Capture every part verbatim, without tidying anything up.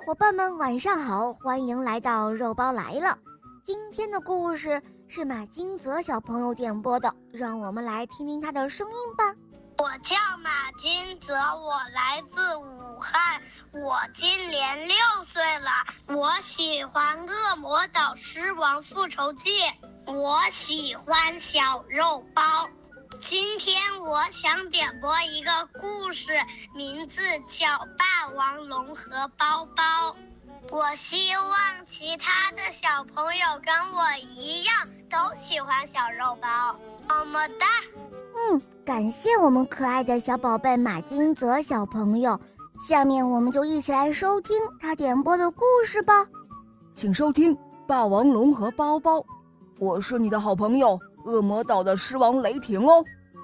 伙伴们晚上好，欢迎来到肉包来了。今天的故事是马金泽小朋友点播的，让我们来听听他的声音吧。 我叫马金泽，我来自武汉，我今年六岁了。我喜欢《恶魔岛狮王复仇记》，我喜欢小肉包。今天我想点播一个故事，名字叫《霸王龙和包包》。我希望其他的小朋友跟我一样都喜欢小肉包，么么哒。 嗯，感谢我们可爱的小宝贝马金泽小朋友。下面我们就一起来收听他点播的故事吧。 请收听《霸王龙和包包》，我是你的好朋友恶魔岛的狮王雷霆哦。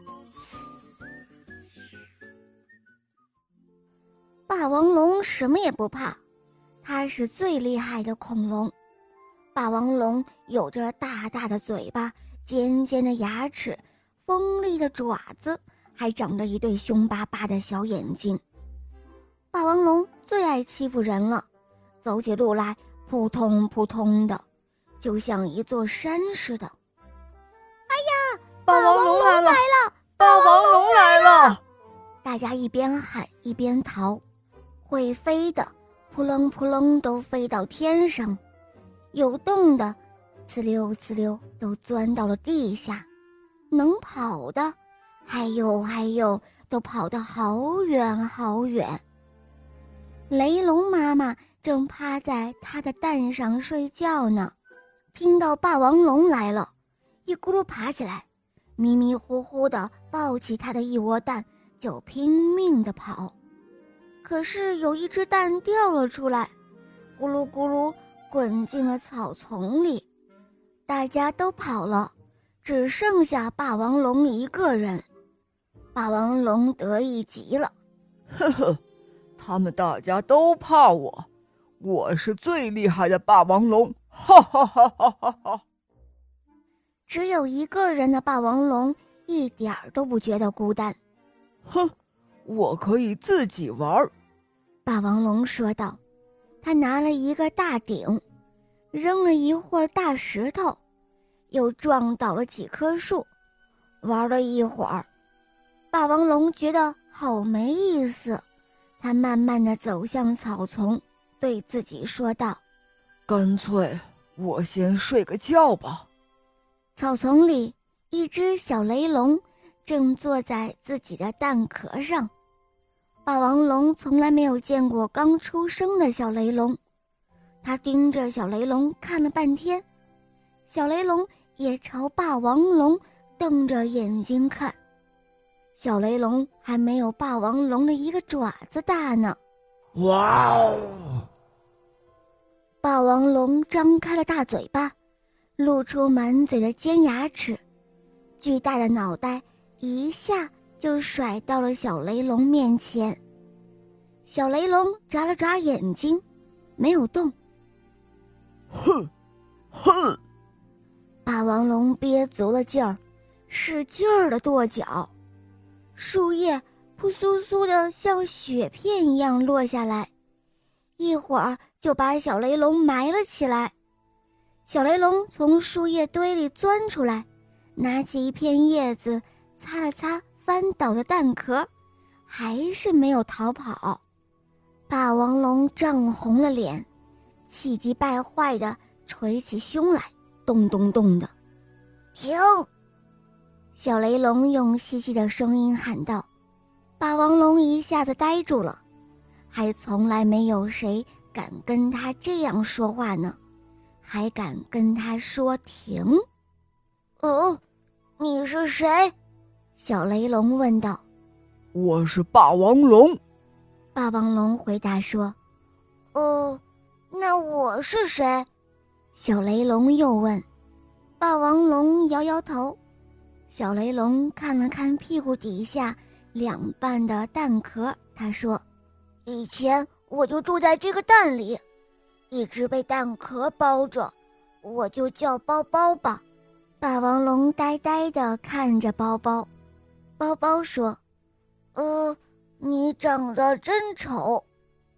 霸王龙什么也不怕，它是最厉害的恐龙。霸王龙有着大大的嘴巴，尖尖的牙齿，锋利的爪子，还长着一对凶巴巴的小眼睛。霸王龙最爱欺负人了，走起路来扑通扑通的，就像一座山似的。哎呀， 霸王龙来了！ 来了！ 霸王龙来了！ 大家一边喊一边逃，会飞的扑棱扑棱都飞到天上，有洞的呲溜呲溜都钻到了地下，能跑的还有还有都跑得好远好远。雷龙妈妈正趴在她的蛋上睡觉呢，听到霸王龙来了，一咕噜爬起来，迷迷糊糊地抱起她的一窝蛋，就拼命地跑。可是有一只蛋掉了出来，咕噜咕噜滚进了草丛里。大家都跑了，只剩下霸王龙一个人。霸王龙得意极了， 呵呵，他们大家都怕我，我是最厉害的霸王龙，哈哈哈哈哈哈！ 只有一个人的霸王龙一点儿都不觉得孤单。 哼，我可以自己玩。 霸王龙说道。他拿了一个大鼎，扔了一会儿大石头，又撞倒了几棵树。玩了一会儿，霸王龙觉得好没意思，他慢慢地走向草丛，对自己说道： 干脆我先睡个觉吧。 草丛里，一只小雷龙正坐在自己的蛋壳上。霸王龙从来没有见过刚出生的小雷龙，他盯着小雷龙看了半天，小雷龙也朝霸王龙瞪着眼睛看。小雷龙还没有霸王龙的一个爪子大呢。 哇哦！ 霸王龙张开了大嘴巴，露出满嘴的尖牙齿，巨大的脑袋一下就甩到了小雷龙面前。小雷龙眨了眨眼睛，没有动。 哼哼！ 霸王龙憋足了劲儿，使劲儿地跺脚，树叶扑簌簌的像雪片一样落下来，一会儿就把小雷龙埋了起来。小雷龙从树叶堆里钻出来，拿起一片叶子擦了擦翻倒的蛋壳，还是没有逃跑。霸王龙涨红了脸，气急败坏地捶起胸来，咚咚咚的。停！小雷龙用细细的声音喊道。霸王龙一下子呆住了，还从来没有谁敢跟他这样说话呢，还敢跟他说停。哦，你是谁？小雷龙问道。 我是霸王龙。 霸王龙回答说。哦，那我是谁？小雷龙又问。霸王龙摇摇头。小雷龙看了看屁股底下两半的蛋壳，他说：以前我就住在这个蛋里，一直被蛋壳包着，我就叫包包吧。霸王龙呆呆地看着包包。包包说：呃，你长得真丑。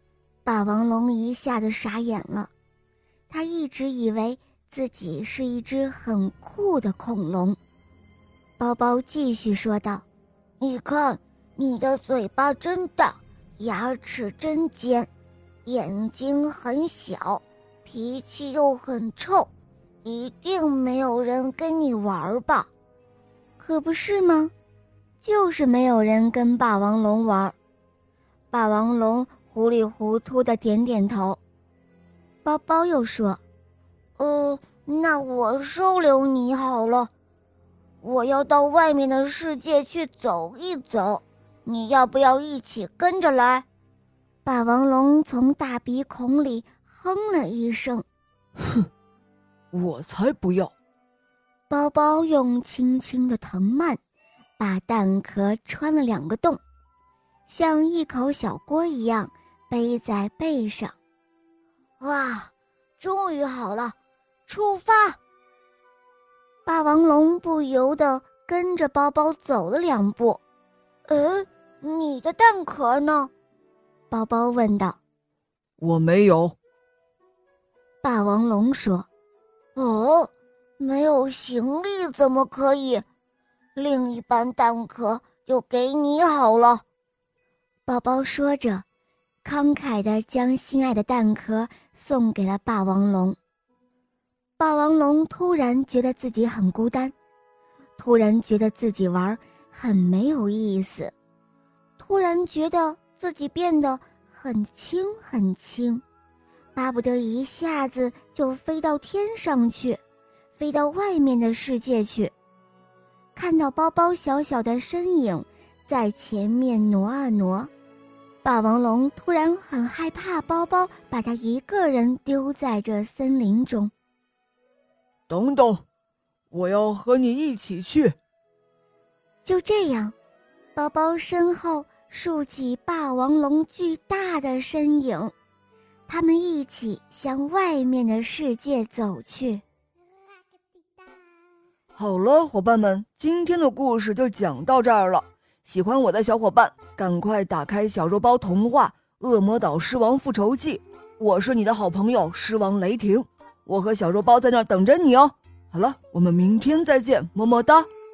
霸王龙一下子傻眼了，他一直以为自己是一只很酷的恐龙。包包继续说道：你看，你的嘴巴真大，牙齿真尖，眼睛很小，脾气又很臭，一定没有人跟你玩吧？可不是吗？就是没有人跟霸王龙玩。霸王龙糊里糊涂地点点头。包包又说：呃，那我收留你好了，我要到外面的世界去走一走，你要不要一起跟着来？霸王龙从大鼻孔里哼了一声， 哼，我才不要。 包包用轻轻的藤蔓把蛋壳穿了两个洞，像一口小锅一样背在背上。哇，终于好了，出发！霸王龙不由得跟着包包走了两步。呃，你的蛋壳呢？包包问道。 我没有。 霸王龙说。哦，没有行李怎么可以？另一半蛋壳就给你好了。包包说着，慷慨地将心爱的蛋壳送给了霸王龙。霸王龙突然觉得自己很孤单，突然觉得自己玩很没有意思，突然觉得自己变得很轻很轻，巴不得一下子就飞到天上去，飞到外面的世界去。看到包包小小的身影在前面挪啊挪，霸王龙突然很害怕包包把他一个人丢在这森林中。 等等，我要和你一起去。 就这样，包包身后竖起霸王龙巨大的身影，他们一起向外面的世界走去。 好了，伙伴们，今天的故事就讲到这儿了。喜欢我的小伙伴，赶快打开小肉包童话《恶魔岛狮王复仇记》，我是你的好朋友狮王雷霆，我和小肉包在那儿等着你哦。好了，我们明天再见，么么哒。